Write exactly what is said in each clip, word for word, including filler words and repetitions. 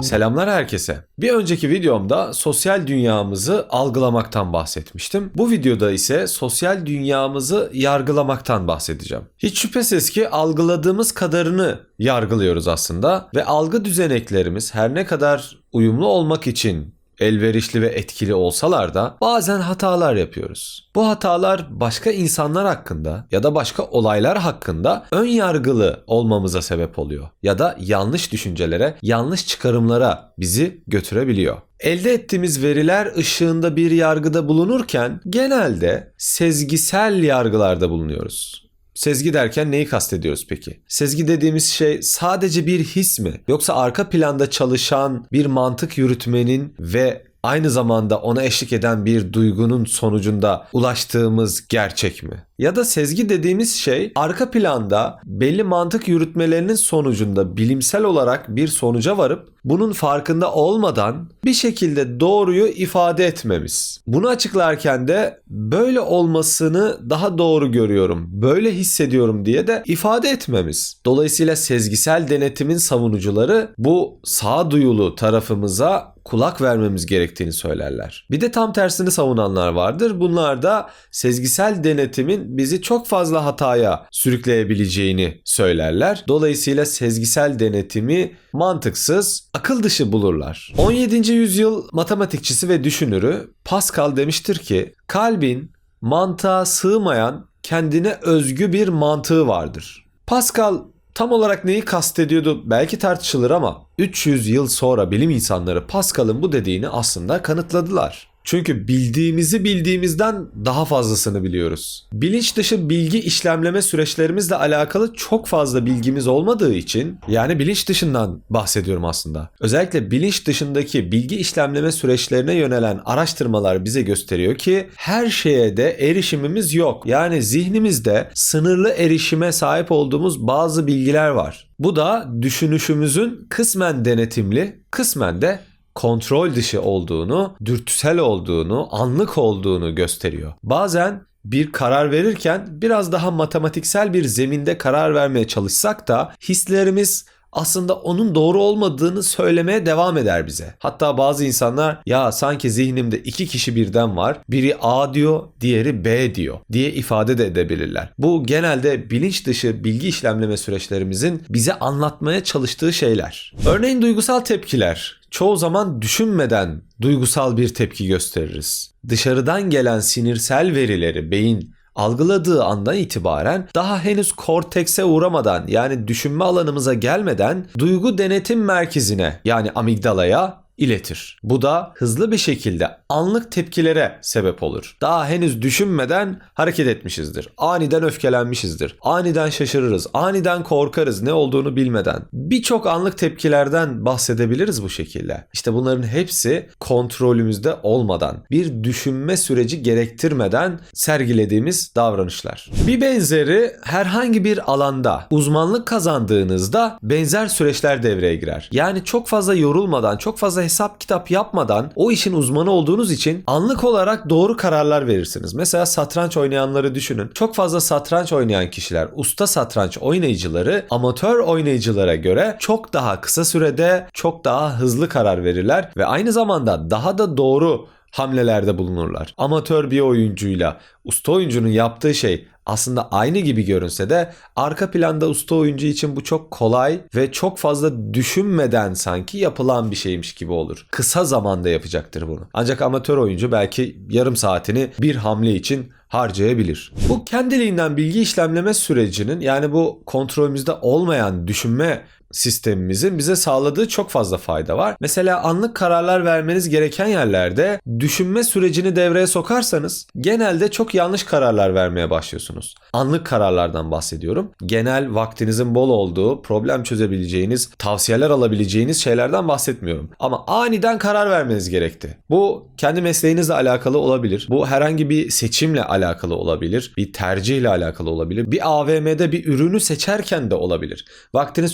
Selamlar herkese. Bir önceki videomda sosyal dünyamızı algılamaktan bahsetmiştim. Bu videoda ise sosyal dünyamızı yargılamaktan bahsedeceğim. Hiç şüphesiz ki algıladığımız kadarını yargılıyoruz aslında ve algı düzeneklerimiz her ne kadar uyumlu olmak için elverişli ve etkili olsalar da bazen hatalar yapıyoruz. Bu hatalar başka insanlar hakkında ya da başka olaylar hakkında ön yargılı olmamıza sebep oluyor ya da yanlış düşüncelere, yanlış çıkarımlara bizi götürebiliyor. Elde ettiğimiz veriler ışığında bir yargıda bulunurken genelde sezgisel yargılarda bulunuyoruz. Sezgi derken neyi kastediyoruz peki? Sezgi dediğimiz şey sadece bir his mi? Yoksa arka planda çalışan bir mantık yürütmenin ve aynı zamanda ona eşlik eden bir duygunun sonucunda ulaştığımız gerçek mi? Ya da sezgi dediğimiz şey arka planda belli mantık yürütmelerinin sonucunda bilimsel olarak bir sonuca varıp bunun farkında olmadan bir şekilde doğruyu ifade etmemiz. Bunu açıklarken de böyle olmasını daha doğru görüyorum, böyle hissediyorum diye de ifade etmemiz. Dolayısıyla sezgisel denetimin savunucuları bu sağduyulu tarafımıza kulak vermemiz gerektiğini söylerler. Bir de tam tersini savunanlar vardır. Bunlar da sezgisel denetimin bizi çok fazla hataya sürükleyebileceğini söylerler. Dolayısıyla sezgisel denetimi mantıksız, akıl dışı bulurlar. on yedinci yüzyıl matematikçisi ve düşünürü Pascal demiştir ki, kalbin mantığa sığmayan kendine özgü bir mantığı vardır. Pascal tam olarak neyi kastediyordu belki tartışılır ama üç yüz yıl sonra bilim insanları Pascal'ın bu dediğini aslında kanıtladılar. Çünkü bildiğimizi bildiğimizden daha fazlasını biliyoruz. Bilinç dışı bilgi işlemleme süreçlerimizle alakalı çok fazla bilgimiz olmadığı için, yani bilinç dışından bahsediyorum aslında. Özellikle bilinç dışındaki bilgi işlemleme süreçlerine yönelen araştırmalar bize gösteriyor ki her şeye de erişimimiz yok. Yani zihnimizde sınırlı erişime sahip olduğumuz bazı bilgiler var. Bu da düşünüşümüzün kısmen denetimli, kısmen de kontrol dışı olduğunu, dürtüsel olduğunu, anlık olduğunu gösteriyor. Bazen bir karar verirken biraz daha matematiksel bir zeminde karar vermeye çalışsak da hislerimiz aslında onun doğru olmadığını söylemeye devam eder bize. Hatta bazı insanlar ya sanki zihnimde iki kişi birden var. Biri A diyor, diğeri B diyor diye ifade de edebilirler. Bu genelde bilinç dışı bilgi işlemleme süreçlerimizin bize anlatmaya çalıştığı şeyler. Örneğin duygusal tepkiler. Çoğu zaman düşünmeden duygusal bir tepki gösteririz. Dışarıdan gelen sinirsel verileri beyin algıladığı andan itibaren daha henüz kortekse uğramadan, yani düşünme alanımıza gelmeden duygu denetim merkezine, yani amigdalaya iletir. Bu da hızlı bir şekilde anlık tepkilere sebep olur. Daha henüz düşünmeden hareket etmişizdir. Aniden öfkelenmişizdir. Aniden şaşırırız. Aniden korkarız ne olduğunu bilmeden. Birçok anlık tepkilerden bahsedebiliriz bu şekilde. İşte bunların hepsi kontrolümüzde olmadan, bir düşünme süreci gerektirmeden sergilediğimiz davranışlar. Bir benzeri herhangi bir alanda uzmanlık kazandığınızda benzer süreçler devreye girer. Yani çok fazla yorulmadan, çok fazla hesap kitap yapmadan o işin uzmanı olduğunuz için anlık olarak doğru kararlar verirsiniz. Mesela satranç oynayanları düşünün. Çok fazla satranç oynayan kişiler, usta satranç oynayıcıları amatör oynayıcılara göre çok daha kısa sürede çok daha hızlı karar verirler ve aynı zamanda daha da doğru hamlelerde bulunurlar. Amatör bir oyuncuyla usta oyuncunun yaptığı şey aslında aynı gibi görünse de arka planda usta oyuncu için bu çok kolay ve çok fazla düşünmeden sanki yapılan bir şeymiş gibi olur. Kısa zamanda yapacaktır bunu. Ancak amatör oyuncu belki yarım saatini bir hamle için harcayabilir. Bu kendiliğinden bilgi işlemleme sürecinin, yani bu kontrolümüzde olmayan düşünme sistemimizin bize sağladığı çok fazla fayda var. Mesela anlık kararlar vermeniz gereken yerlerde düşünme sürecini devreye sokarsanız genelde çok yanlış kararlar vermeye başlıyorsunuz. Anlık kararlardan bahsediyorum. Genel vaktinizin bol olduğu, problem çözebileceğiniz, tavsiyeler alabileceğiniz şeylerden bahsetmiyorum. Ama aniden karar vermeniz gerekti. Bu kendi mesleğinizle alakalı olabilir. Bu herhangi bir seçimle alakalı olabilir. Bir tercihle alakalı olabilir. Bir A V M'de bir ürünü seçerken de olabilir. Vaktiniz çok kısa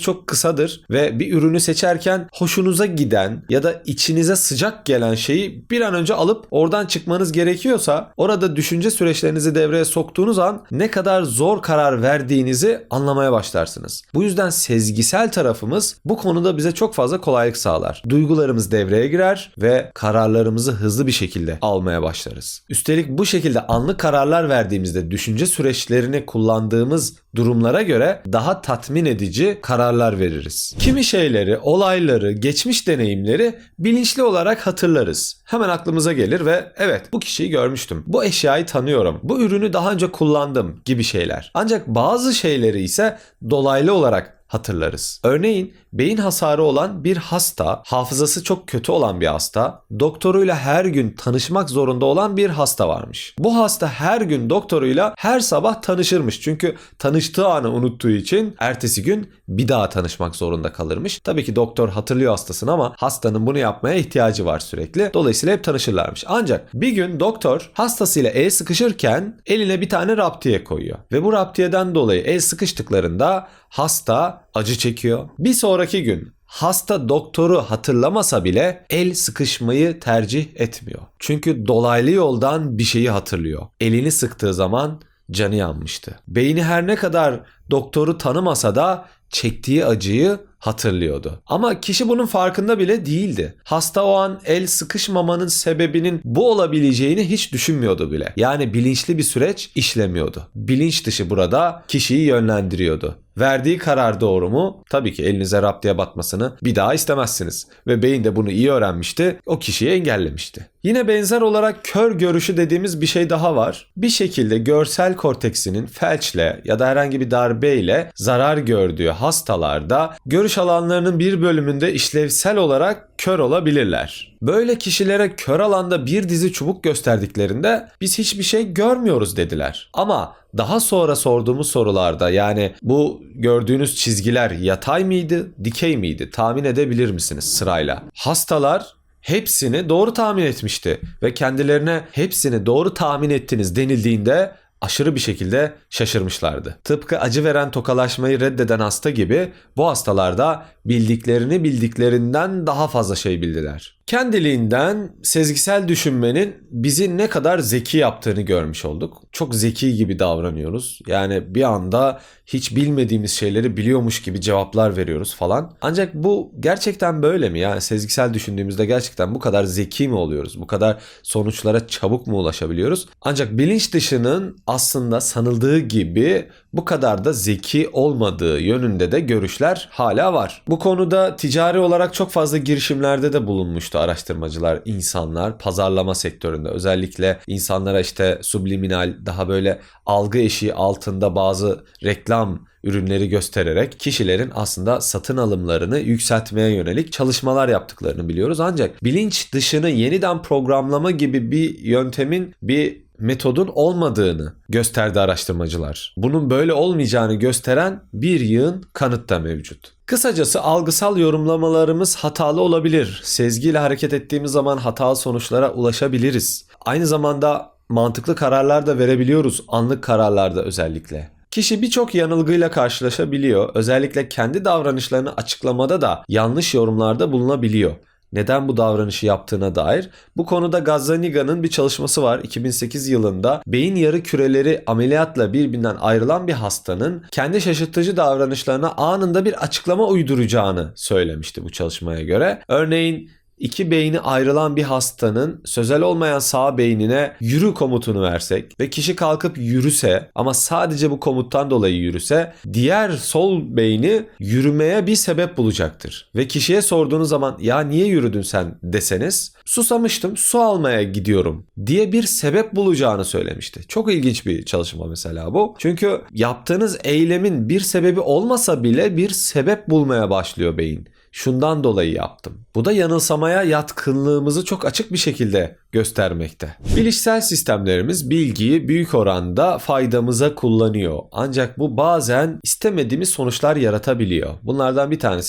kısadır ve bir ürünü seçerken hoşunuza giden ya da içinize sıcak gelen şeyi bir an önce alıp oradan çıkmanız gerekiyorsa orada düşünce süreçlerinizi devreye soktuğunuz an ne kadar zor karar verdiğinizi anlamaya başlarsınız. Bu yüzden sezgisel tarafımız bu konuda bize çok fazla kolaylık sağlar. Duygularımız devreye girer ve kararlarımızı hızlı bir şekilde almaya başlarız. Üstelik bu şekilde anlık kararlar verdiğimizde düşünce süreçlerini kullandığımız durumlara göre daha tatmin edici kararlar veririz. Kimi şeyleri, olayları, geçmiş deneyimleri bilinçli olarak hatırlarız. Hemen aklımıza gelir ve evet bu kişiyi görmüştüm, bu eşyayı tanıyorum, bu ürünü daha önce kullandım gibi şeyler. Ancak bazı şeyleri ise dolaylı olarak hatırlarız. Örneğin beyin hasarı olan bir hasta, hafızası çok kötü olan bir hasta, doktoruyla her gün tanışmak zorunda olan bir hasta varmış. Bu hasta her gün doktoruyla her sabah tanışırmış. Çünkü tanıştığı anı unuttuğu için ertesi gün bir daha tanışmak zorunda kalırmış. Tabii ki doktor hatırlıyor hastasını ama hastanın bunu yapmaya ihtiyacı var sürekli. Dolayısıyla hep tanışırlarmış. Ancak bir gün doktor hastasıyla el sıkışırken eline bir tane raptiye koyuyor. Ve bu raptiyeden dolayı el sıkıştıklarında hasta acı çekiyor. Bir sonraki gün hasta doktoru hatırlamasa bile el sıkışmayı tercih etmiyor. Çünkü dolaylı yoldan bir şeyi hatırlıyor. Elini sıktığı zaman canı yanmıştı. Beyni her ne kadar doktoru tanımasa da çektiği acıyı hatırlıyordu. Ama kişi bunun farkında bile değildi. Hasta o an el sıkışmamanın sebebinin bu olabileceğini hiç düşünmüyordu bile. Yani bilinçli bir süreç işlemiyordu. Bilinç dışı burada kişiyi yönlendiriyordu. Verdiği karar doğru mu? Tabii ki elinize raptiye batmasını bir daha istemezsiniz. Ve beyin de bunu iyi öğrenmişti. O kişiyi engellemişti. Yine benzer olarak kör görüşü dediğimiz bir şey daha var. Bir şekilde görsel korteksinin felçle ya da herhangi bir darbeyle zarar gördüğü hastalarda görüş alanlarının bir bölümünde işlevsel olarak kör olabilirler. Böyle kişilere kör alanda bir dizi çubuk gösterdiklerinde biz hiçbir şey görmüyoruz dediler. Ama daha sonra sorduğumuz sorularda yani bu gördüğünüz çizgiler yatay mıydı, dikey miydi tahmin edebilir misiniz sırayla? Hastalar hepsini doğru tahmin etmişti ve kendilerine hepsini doğru tahmin ettiniz denildiğinde aşırı bir şekilde şaşırmışlardı. Tıpkı acı veren tokalaşmayı reddeden hasta gibi bu hastalarda bildiklerini bildiklerinden daha fazla şey bildiler. Kendiliğinden sezgisel düşünmenin bizi ne kadar zeki yaptığını görmüş olduk. Çok zeki gibi davranıyoruz. Yani bir anda hiç bilmediğimiz şeyleri biliyormuş gibi cevaplar veriyoruz falan. Ancak bu gerçekten böyle mi? Yani sezgisel düşündüğümüzde gerçekten bu kadar zeki mi oluyoruz? Bu kadar sonuçlara çabuk mu ulaşabiliyoruz? Ancak bilinç dışının aslında sanıldığı gibi bu kadar da zeki olmadığı yönünde de görüşler hala var. Bu konuda ticari olarak çok fazla girişimlerde de bulunmuştu araştırmacılar, insanlar pazarlama sektöründe. Özellikle insanlara işte subliminal, daha böyle algı eşiği altında bazı reklam ürünleri göstererek kişilerin aslında satın alımlarını yükseltmeye yönelik çalışmalar yaptıklarını biliyoruz. Ancak bilinç dışını yeniden programlama gibi bir yöntemin, bir metodun olmadığını gösterdi araştırmacılar. Bunun böyle olmayacağını gösteren bir yığın kanıt da mevcut. Kısacası algısal yorumlamalarımız hatalı olabilir. Sezgiyle hareket ettiğimiz zaman hatalı sonuçlara ulaşabiliriz. Aynı zamanda mantıklı kararlar da verebiliyoruz, anlık kararlarda özellikle. Kişi birçok yanılgıyla karşılaşabiliyor. Özellikle kendi davranışlarını açıklamada da yanlış yorumlarda bulunabiliyor. Neden bu davranışı yaptığına dair. Bu konuda Gazzaniga'nın bir çalışması var. iki bin sekiz yılında beyin yarı küreleri ameliyatla birbirinden ayrılan bir hastanın kendi şaşırtıcı davranışlarına anında bir açıklama uyduracağını söylemişti bu çalışmaya göre. Örneğin İki beyni ayrılan bir hastanın sözel olmayan sağ beynine yürü komutunu versek ve kişi kalkıp yürüse ama sadece bu komuttan dolayı yürüse, diğer sol beyni yürümeye bir sebep bulacaktır. Ve kişiye sorduğunuz zaman ya niye yürüdün sen deseniz, susamıştım su almaya gidiyorum diye bir sebep bulacağını söylemişti. Çok ilginç bir çalışma mesela bu. Çünkü yaptığınız eylemin bir sebebi olmasa bile bir sebep bulmaya başlıyor beyin. Şundan dolayı yaptım. Bu da yanılsamaya yatkınlığımızı çok açık bir şekilde göstermekte. Bilişsel sistemlerimiz bilgiyi büyük oranda faydamıza kullanıyor. Ancak bu bazen istemediğimiz sonuçlar yaratabiliyor. Bunlardan bir tanesi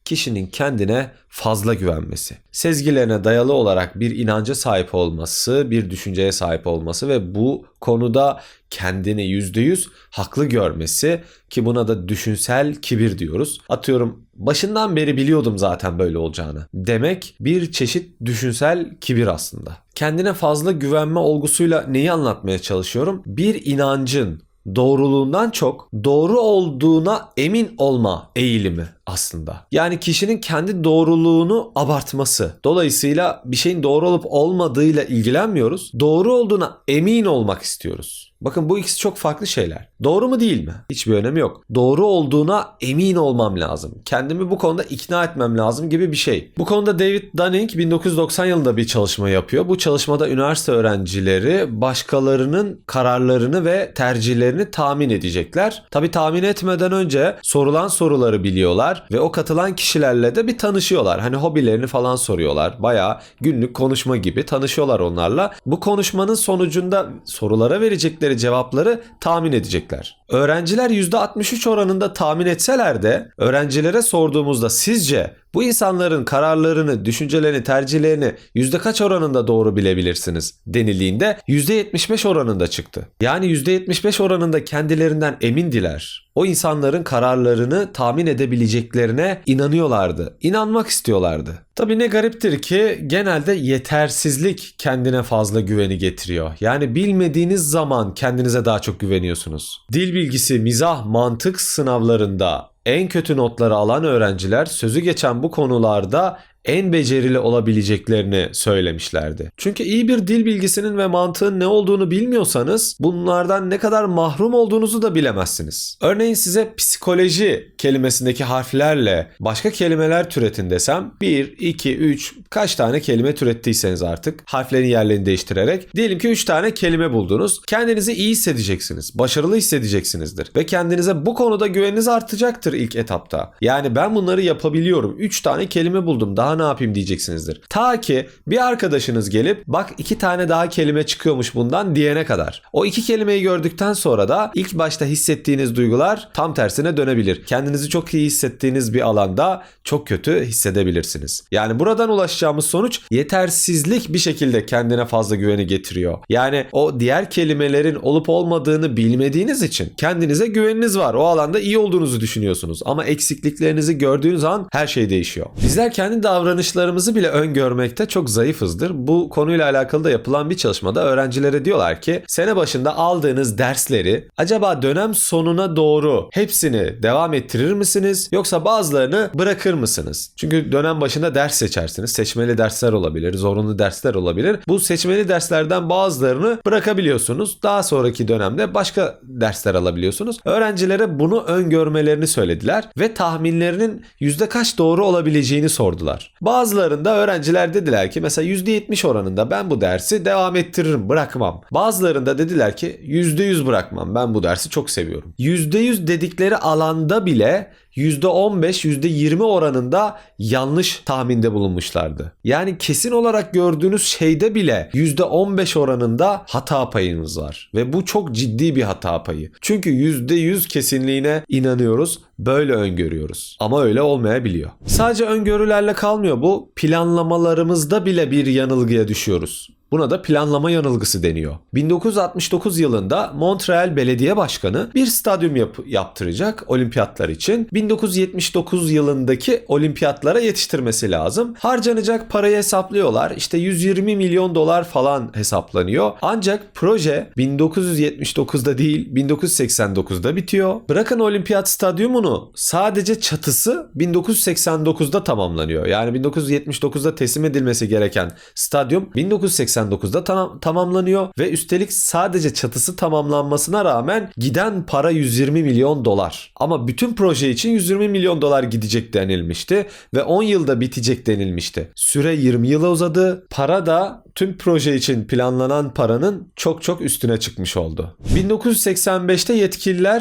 kişinin kendine fazla güvenmesi. Sezgilerine dayalı olarak bir inanca sahip olması, bir düşünceye sahip olması ve bu konuda kendini yüzde yüz haklı görmesi, ki buna da düşünsel kibir diyoruz. Atıyorum, başından beri biliyordum zaten böyle olacağını demek bir çeşit düşünsel kibir aslında. Kendine fazla güvenme olgusuyla neyi anlatmaya çalışıyorum? Bir inancın doğruluğundan çok doğru olduğuna emin olma eğilimi aslında. Yani kişinin kendi doğruluğunu abartması. Dolayısıyla bir şeyin doğru olup olmadığıyla ilgilenmiyoruz. Doğru olduğuna emin olmak istiyoruz. Bakın, bu ikisi çok farklı şeyler. Doğru mu değil mi? Hiçbir önemi yok. Doğru olduğuna emin olmam lazım. Kendimi bu konuda ikna etmem lazım gibi bir şey. Bu konuda David Dunning bin dokuz yüz doksan yılında bir çalışma yapıyor. Bu çalışmada üniversite öğrencileri başkalarının kararlarını ve tercihlerini tahmin edecekler. Tabii tahmin etmeden önce sorulan soruları biliyorlar ve o katılan kişilerle de bir tanışıyorlar. Hani hobilerini falan soruyorlar. Bayağı günlük konuşma gibi tanışıyorlar onlarla. Bu konuşmanın sonucunda sorulara verecekleri cevapları tahmin edecekler. Öğrenciler yüzde altmış üç oranında tahmin etseler de öğrencilere sorduğumuzda sizce bu insanların kararlarını, düşüncelerini, tercihlerini yüzde kaç oranında doğru bilebilirsiniz denildiğinde yüzde yetmiş beş oranında çıktı. Yani yüzde yetmiş beş oranında kendilerinden emindiler. O insanların kararlarını tahmin edebileceklerine inanıyorlardı. İnanmak istiyorlardı. Tabii ne gariptir ki genelde yetersizlik kendine fazla güveni getiriyor. Yani bilmediğiniz zaman kendinize daha çok güveniyorsunuz. Dil bilgisi, mizah, mantık sınavlarında en kötü notları alan öğrenciler sözü geçen bu konularda en becerili olabileceklerini söylemişlerdi. Çünkü iyi bir dil bilgisinin ve mantığın ne olduğunu bilmiyorsanız bunlardan ne kadar mahrum olduğunuzu da bilemezsiniz. Örneğin size psikoloji kelimesindeki harflerle başka kelimeler türetin desem bir, iki, üç kaç tane kelime türettiyseniz artık harflerin yerlerini değiştirerek diyelim ki üç tane kelime buldunuz. Kendinizi iyi hissedeceksiniz. Başarılı hissedeceksinizdir. Ve kendinize bu konuda güveniniz artacaktır ilk etapta. Yani ben bunları yapabiliyorum. üç tane kelime buldum. Daha ne yapayım diyeceksinizdir. Ta ki bir arkadaşınız gelip bak iki tane daha kelime çıkıyormuş bundan diyene kadar. O iki kelimeyi gördükten sonra da ilk başta hissettiğiniz duygular tam tersine dönebilir. Kendinizi çok iyi hissettiğiniz bir alanda çok kötü hissedebilirsiniz. Yani buradan ulaşacağımız sonuç yetersizlik bir şekilde kendine fazla güveni getiriyor. Yani o diğer kelimelerin olup olmadığını bilmediğiniz için kendinize güveniniz var. O alanda iyi olduğunuzu düşünüyorsunuz. Ama eksikliklerinizi gördüğünüz an her şey değişiyor. Bizler kendi davranışlarımızı bile öngörmekte çok zayıfızdır. Bu konuyla alakalı da yapılan bir çalışmada öğrencilere diyorlar ki sene başında aldığınız dersleri acaba dönem sonuna doğru hepsini devam ettirir misiniz yoksa bazılarını bırakır mısınız? Çünkü dönem başında ders seçersiniz. Seçmeli dersler olabilir, zorunlu dersler olabilir. Bu seçmeli derslerden bazılarını bırakabiliyorsunuz. Daha sonraki dönemde başka dersler alabiliyorsunuz. Öğrencilere bunu öngörmelerini söylediler ve tahminlerinin yüzde kaç doğru olabileceğini sordular. Bazılarında öğrenciler dediler ki mesela yüzde yetmiş oranında ben bu dersi devam ettiririm, bırakmam. Bazılarında dediler ki yüzde yüz bırakmam, ben bu dersi çok seviyorum. yüzde yüz dedikleri alanda bile yüzde on beş yüzde yirmi oranında yanlış tahminde bulunmuşlardı. Yani kesin olarak gördüğünüz şeyde bile yüzde on beş oranında hata payınız var. Ve bu çok ciddi bir hata payı. Çünkü yüzde yüz kesinliğine inanıyoruz, böyle öngörüyoruz. Ama öyle olmayabiliyor. Sadece öngörülerle kalmıyor bu. Planlamalarımızda bile bir yanılgıya düşüyoruz. Buna da planlama yanılgısı deniyor. bin dokuz yüz altmış dokuz yılında Montreal Belediye Başkanı bir stadyum yap- yaptıracak olimpiyatlar için. bin dokuz yüz yetmiş dokuz yılındaki olimpiyatlara yetiştirmesi lazım. Harcanacak parayı hesaplıyorlar. İşte yüz yirmi milyon dolar falan hesaplanıyor. Ancak proje bin dokuz yüz yetmiş dokuzda değil bin dokuz yüz seksen dokuzda bitiyor. Bırakın olimpiyat stadyumunu, sadece çatısı bin dokuz yüz seksen dokuzda tamamlanıyor. Yani bin dokuz yüz yetmiş dokuzda teslim edilmesi gereken stadyum bin dokuz yüz seksen dokuzda tam, tamamlanıyor ve üstelik sadece çatısı tamamlanmasına rağmen giden para yüz yirmi milyon dolar. Ama bütün proje için yüz yirmi milyon dolar gidecek denilmişti ve on yılda bitecek denilmişti. Süre yirmi yıla uzadı. Para da tüm proje için planlanan paranın çok çok üstüne çıkmış oldu. bin dokuz yüz seksen beşte yetkililer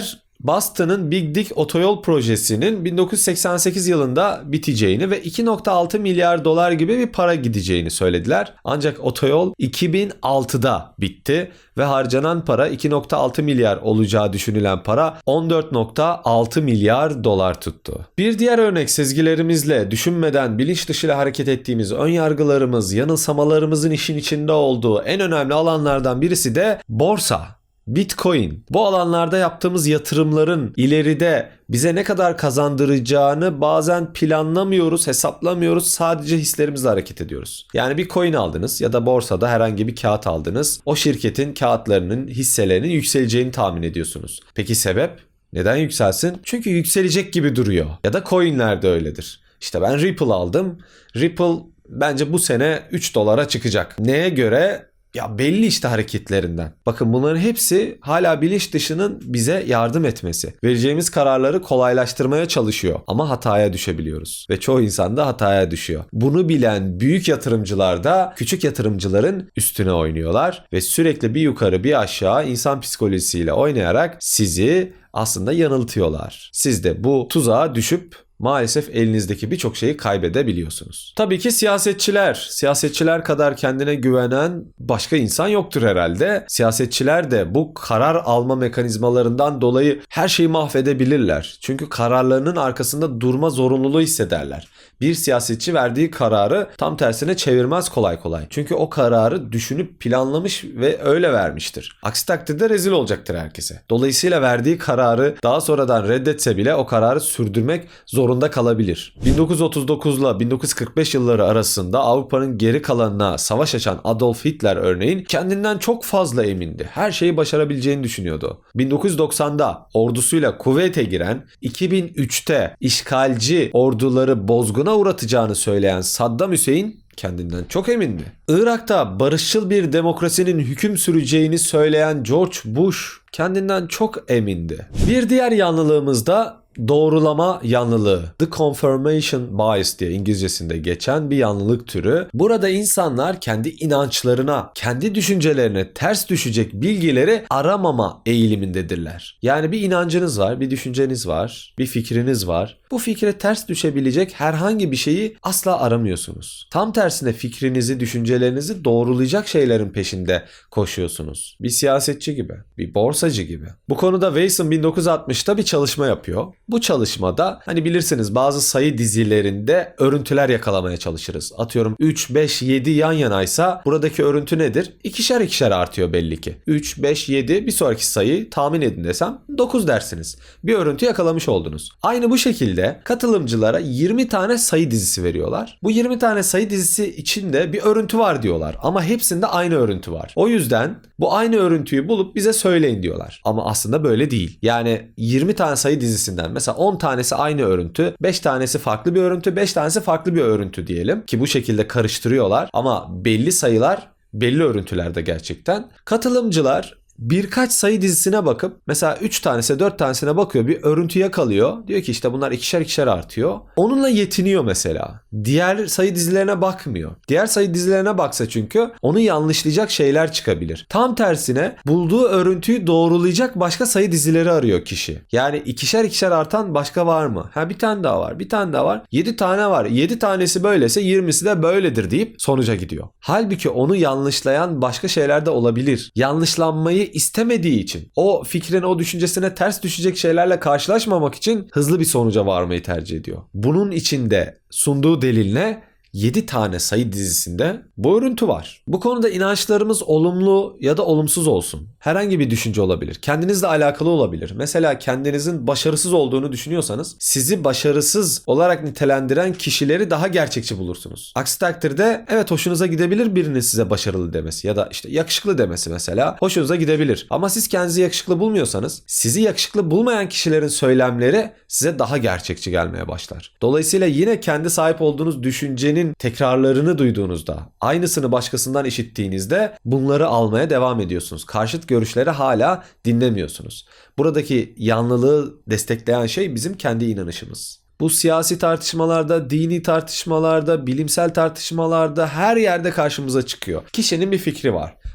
Boston'ın Big Dick otoyol projesinin bin dokuz yüz seksen sekiz yılında biteceğini ve iki nokta altı milyar dolar gibi bir para gideceğini söylediler. Ancak otoyol iki bin altıda bitti ve harcanan para iki nokta altı milyar olacağı düşünülen para on dört nokta altı milyar dolar tuttu. Bir diğer örnek sezgilerimizle, düşünmeden bilinç dışıyla hareket ettiğimiz ön yargılarımız, yanılsamalarımızın işin içinde olduğu en önemli alanlardan birisi de borsa. Bitcoin. Bu alanlarda yaptığımız yatırımların ileride bize ne kadar kazandıracağını bazen planlamıyoruz, hesaplamıyoruz. Sadece hislerimizle hareket ediyoruz. Yani bir coin aldınız ya da borsada herhangi bir kağıt aldınız. O şirketin kağıtlarının, hisselerinin yükseleceğini tahmin ediyorsunuz. Peki sebep? Neden yükselsin? Çünkü yükselecek gibi duruyor. Ya da coinler de öyledir. İşte ben Ripple aldım. Ripple bence bu sene üç dolara çıkacak. Neye göre? Ya belli işte hareketlerinden. Bakın bunların hepsi hala bilinç dışının bize yardım etmesi. Vereceğimiz kararları kolaylaştırmaya çalışıyor ama hataya düşebiliyoruz. Ve çoğu insan da hataya düşüyor. Bunu bilen büyük yatırımcılar da küçük yatırımcıların üstüne oynuyorlar ve sürekli bir yukarı bir aşağı insan psikolojisiyle oynayarak sizi aslında yanıltıyorlar. Siz de bu tuzağa düşüp maalesef elinizdeki birçok şeyi kaybedebiliyorsunuz. Tabii ki siyasetçiler, siyasetçiler kadar kendine güvenen başka insan yoktur herhalde. Siyasetçiler de bu karar alma mekanizmalarından dolayı her şeyi mahvedebilirler. Çünkü kararlarının arkasında durma zorunluluğu hissederler. Bir siyasetçi verdiği kararı tam tersine çevirmez kolay kolay. Çünkü o kararı düşünüp planlamış ve öyle vermiştir. Aksi takdirde rezil olacaktır herkese. Dolayısıyla verdiği kararı daha sonradan reddetse bile o kararı sürdürmek zorunda kalabilir. bin dokuz yüz otuz dokuzla bin dokuz yüz kırk beş yılları arasında Avrupa'nın geri kalanına savaş açan Adolf Hitler örneğin kendinden çok fazla emindi. Her şeyi başarabileceğini düşünüyordu. bin dokuz yüz doksanda ordusuyla Kuveyt'e giren, iki bin üçte işgalci orduları bozguna uğratacağını söyleyen Saddam Hüseyin kendinden çok emindi. Irak'ta barışçıl bir demokrasinin hüküm süreceğini söyleyen George Bush kendinden çok emindi. Bir diğer yanlılığımız da doğrulama yanlılığı. The confirmation bias diye İngilizcesinde geçen bir yanlılık türü. Burada insanlar kendi inançlarına, kendi düşüncelerine ters düşecek bilgileri aramama eğilimindedirler. Yani bir inancınız var, bir düşünceniz var, bir fikriniz var. Bu fikre ters düşebilecek herhangi bir şeyi asla aramıyorsunuz. Tam tersine fikrinizi, düşüncelerinizi doğrulayacak şeylerin peşinde koşuyorsunuz. Bir siyasetçi gibi, bir borsacı gibi. Bu konuda Weiss bin dokuz yüz altmışta bir çalışma yapıyor. Bu çalışmada hani bilirsiniz bazı sayı dizilerinde örüntüler yakalamaya çalışırız. Atıyorum üç, beş, yedi yan yanaysa buradaki örüntü nedir? İkişer ikişer artıyor belli ki. üç, beş, yedi bir sonraki sayıyı tahmin edin desem dokuz dersiniz. Bir örüntü yakalamış oldunuz. Aynı bu şekilde katılımcılara yirmi tane sayı dizisi veriyorlar. Bu yirmi tane sayı dizisi içinde bir örüntü var diyorlar ama hepsinde aynı örüntü var. O yüzden bu aynı örüntüyü bulup bize söyleyin diyorlar. Ama aslında böyle değil. Yani yirmi tane sayı dizisinden mesela on tanesi aynı örüntü, beş tanesi farklı bir örüntü, beş tanesi farklı bir örüntü diyelim ki bu şekilde karıştırıyorlar ama belli sayılar belli örüntülerde gerçekten. Katılımcılar birkaç sayı dizisine bakıp mesela üç tanesi dört tanesine bakıyor, bir örüntü yakalıyor. Diyor ki işte bunlar ikişer ikişer artıyor. Onunla yetiniyor mesela. Diğer sayı dizilerine bakmıyor. Diğer sayı dizilerine baksa çünkü onu yanlışlayacak şeyler çıkabilir. Tam tersine bulduğu örüntüyü doğrulayacak başka sayı dizileri arıyor kişi. Yani ikişer ikişer artan başka var mı? Ha bir tane daha var, bir tane daha var. yedi tane var. yedi tanesi böylese yirmisi de böyledir deyip sonuca gidiyor. Halbuki onu yanlışlayan başka şeyler de olabilir. Yanlışlanmayı istemediği için, o fikrin, o düşüncesine ters düşecek şeylerle karşılaşmamak için hızlı bir sonuca varmayı tercih ediyor. Bunun içinde sunduğu delil ne? yedi tane sayı dizisinde bu örüntü var. Bu konuda inançlarımız olumlu ya da olumsuz olsun. Herhangi bir düşünce olabilir. Kendinizle alakalı olabilir. Mesela kendinizin başarısız olduğunu düşünüyorsanız sizi başarısız olarak nitelendiren kişileri daha gerçekçi bulursunuz. Aksi takdirde evet hoşunuza gidebilir birinin size başarılı demesi ya da işte yakışıklı demesi mesela hoşunuza gidebilir. Ama siz kendinizi yakışıklı bulmuyorsanız sizi yakışıklı bulmayan kişilerin söylemleri size daha gerçekçi gelmeye başlar. Dolayısıyla yine kendi sahip olduğunuz düşüncenin tekrarlarını duyduğunuzda, aynısını başkasından işittiğinizde bunları almaya devam ediyorsunuz. Karşıt görüşleri hala dinlemiyorsunuz. Buradaki yanlılığı destekleyen şey bizim kendi inanışımız. Bu siyasi tartışmalarda, dini tartışmalarda, bilimsel tartışmalarda her yerde karşımıza çıkıyor. Kişinin bir fikri var.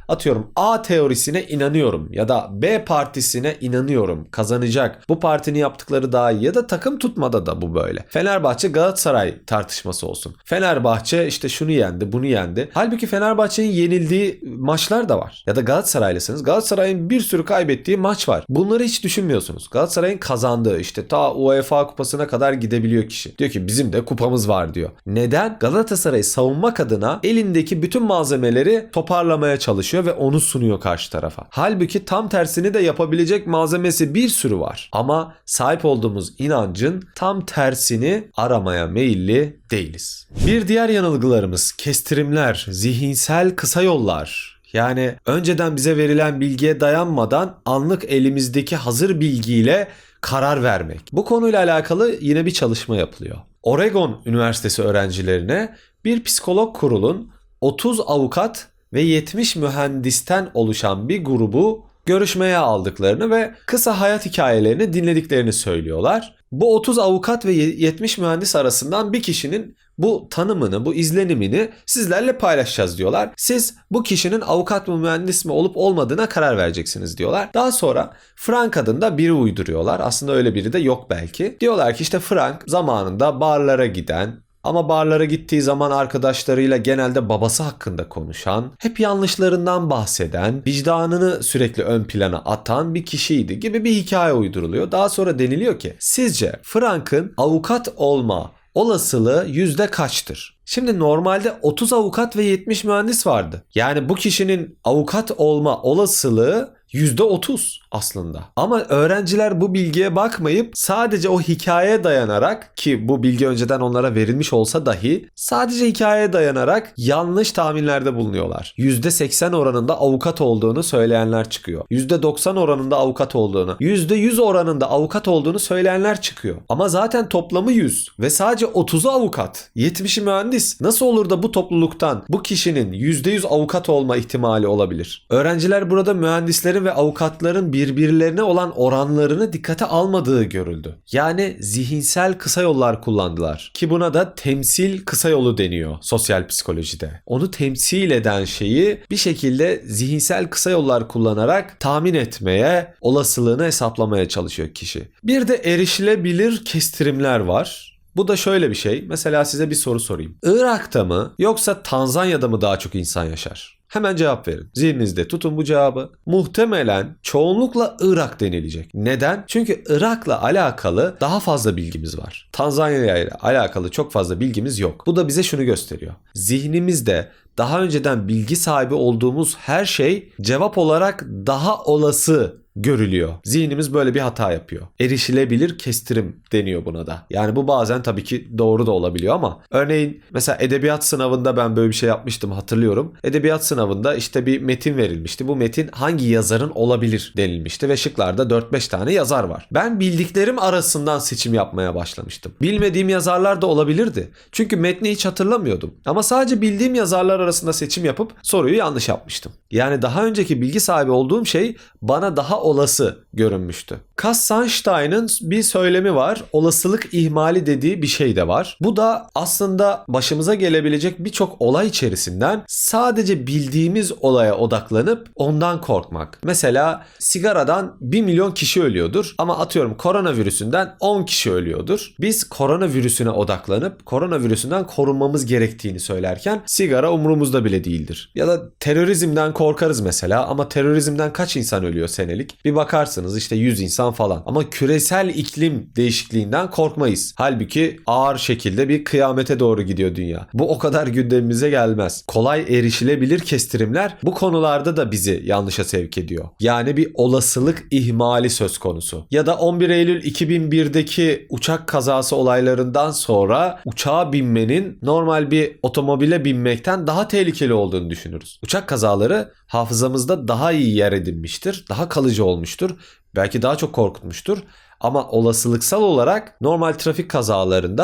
atıyorum A teorisine inanıyorum ya da B partisine inanıyorum, kazanacak, bu partinin yaptıkları daha iyi, ya da takım tutmada da bu böyle. Fenerbahçe Galatasaray tartışması olsun. Fenerbahçe işte şunu yendi, bunu yendi. Halbuki Fenerbahçe'nin yenildiği maçlar da var. Ya da Galatasaraylısınız, Galatasaray'ın bir sürü kaybettiği maç var. Bunları hiç düşünmüyorsunuz. Galatasaray'ın kazandığı, işte ta UEFA kupasına kadar gidebiliyor kişi. Diyor ki bizim de kupamız var diyor. Neden? Galatasaray'ı savunmak adına elindeki bütün malzemeleri toparlamaya çalışıyor ve onu sunuyor karşı tarafa. Halbuki tam tersini de yapabilecek malzemesi bir sürü var. Ama sahip olduğumuz inancın tam tersini aramaya meyilli değiliz. Bir diğer yanılgılarımız kestirimler, zihinsel kısa yollar. Yani önceden bize verilen bilgiye dayanmadan anlık elimizdeki hazır bilgiyle karar vermek. Bu konuyla alakalı yine bir çalışma yapılıyor. Oregon Üniversitesi öğrencilerine bir psikolog kurulun otuz avukat ve yetmiş mühendisten oluşan bir grubu görüşmeye aldıklarını ve kısa hayat hikayelerini dinlediklerini söylüyorlar. Bu otuz avukat ve yetmiş mühendis arasından bir kişinin bu tanımını, bu izlenimini sizlerle paylaşacağız diyorlar. Siz bu kişinin avukat mı, mühendis mi olup olmadığına karar vereceksiniz diyorlar. Daha sonra Frank adında biri uyduruyorlar. Aslında öyle biri de yok belki. Diyorlar ki işte Frank zamanında barlara giden, ama barlara gittiği zaman arkadaşlarıyla genelde babası hakkında konuşan, hep yanlışlarından bahseden, vicdanını sürekli ön plana atan bir kişiydi gibi bir hikaye uyduruluyor. Daha sonra deniliyor ki sizce Frank'ın avukat olma olasılığı yüzde kaçtır? Şimdi normalde otuz avukat ve yetmiş mühendis vardı. Yani bu kişinin avukat olma olasılığı yüzde otuz aslında. Ama öğrenciler bu bilgiye bakmayıp sadece o hikayeye dayanarak, ki bu bilgi önceden onlara verilmiş olsa dahi sadece hikayeye dayanarak yanlış tahminlerde bulunuyorlar. yüzde seksen oranında avukat olduğunu söyleyenler çıkıyor. yüzde doksan oranında avukat olduğunu, yüzde yüz oranında avukat olduğunu söyleyenler çıkıyor. Ama zaten toplamı yüz ve sadece otuzu avukat, yetmişi mühendis. Nasıl olur da bu topluluktan bu kişinin yüzde yüz avukat olma ihtimali olabilir? Öğrenciler burada mühendislerin ve avukatların birbirlerine olan oranlarını dikkate almadığı görüldü. Yani zihinsel kısa yollar kullandılar. Ki buna da temsil kısa yolu deniyor sosyal psikolojide. Onu temsil eden şeyi bir şekilde zihinsel kısa yollar kullanarak tahmin etmeye, olasılığını hesaplamaya çalışıyor kişi. Bir de erişilebilir kestirimler var. Bu da şöyle bir şey. Mesela size bir soru sorayım. Irak'ta mı yoksa Tanzanya'da mı daha çok insan yaşar? Hemen cevap verin. Zihninizde tutun bu cevabı. Muhtemelen çoğunlukla Irak denilecek. Neden? Çünkü Irak'la alakalı daha fazla bilgimiz var. Tanzanya ile alakalı çok fazla bilgimiz yok. Bu da bize şunu gösteriyor. Zihnimizde daha önceden bilgi sahibi olduğumuz her şey cevap olarak daha olası görülüyor. Zihnimiz böyle bir hata yapıyor. Erişilebilir kestirim deniyor buna da. Yani bu bazen tabii ki doğru da olabiliyor ama örneğin mesela edebiyat sınavında ben böyle bir şey yapmıştım, hatırlıyorum. Edebiyat sınavında işte bir metin verilmişti. Bu metin hangi yazarın olabilir denilmişti ve şıklarda dört beş tane yazar var. Ben bildiklerim arasından seçim yapmaya başlamıştım. Bilmediğim yazarlar da olabilirdi. Çünkü metni hiç hatırlamıyordum. Ama sadece bildiğim yazarlar arasında seçim yapıp soruyu yanlış yapmıştım. Yani daha önceki bilgi sahibi olduğum şey bana daha olası görünmüştü. Cass Sunstein'ın bir söylemi var. Olasılık ihmali dediği bir şey de var. Bu da aslında başımıza gelebilecek birçok olay içerisinden sadece bildiğimiz olaya odaklanıp ondan korkmak. Mesela sigaradan bir milyon kişi ölüyordur ama atıyorum koronavirüsünden on kişi ölüyordur. Biz koronavirüsüne odaklanıp koronavirüsünden korunmamız gerektiğini söylerken sigara umurumuzda bile değildir. Ya da terörizmden korkarız mesela ama terörizmden kaç insan ölüyor senelik? Bir bakarsınız işte yüz insan falan. Ama küresel iklim değişikliğinden korkmayız. Halbuki ağır şekilde bir kıyamete doğru gidiyor dünya. Bu o kadar gündemimize gelmez. Kolay erişilebilir kestirimler bu konularda da bizi yanlışa sevk ediyor. Yani bir olasılık ihmali söz konusu. Ya da on bir Eylül iki bin birdeki uçak kazası olaylarından sonra uçağa binmenin normal bir otomobile binmekten daha tehlikeli olduğunu düşünürüz. Uçak kazaları hafızamızda daha iyi yer edinmiştir, daha kalıcı olmuştur, belki daha çok korkutmuştur ama olasılıksal olarak normal trafik kazalarında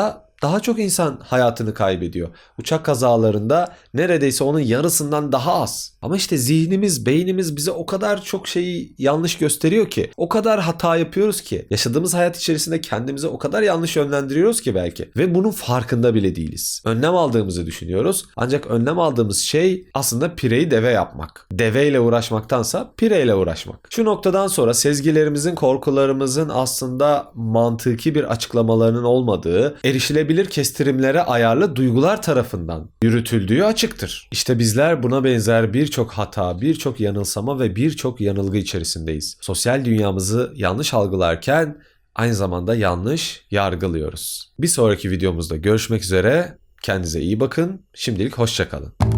daha çok insan hayatını kaybediyor. Uçak kazalarında neredeyse onun yarısından daha az. Ama işte zihnimiz, beynimiz bize o kadar çok şeyi yanlış gösteriyor ki, o kadar hata yapıyoruz ki, yaşadığımız hayat içerisinde kendimize o kadar yanlış yönlendiriyoruz ki belki ve bunun farkında bile değiliz. Önlem aldığımızı düşünüyoruz. Ancak önlem aldığımız şey aslında pireyi deve yapmak. Deveyle uğraşmaktansa pireyle uğraşmak. Şu noktadan sonra sezgilerimizin, korkularımızın aslında mantıki bir açıklamalarının olmadığı, erişilebilir kestirimlere ayarlı duygular tarafından yürütüldüğü açıktır. İşte bizler buna benzer birçok hata, birçok yanılsama ve birçok yanılgı içerisindeyiz. Sosyal dünyamızı yanlış algılarken aynı zamanda yanlış yargılıyoruz. Bir sonraki videomuzda görüşmek üzere. Kendinize iyi bakın. Şimdilik hoşça kalın.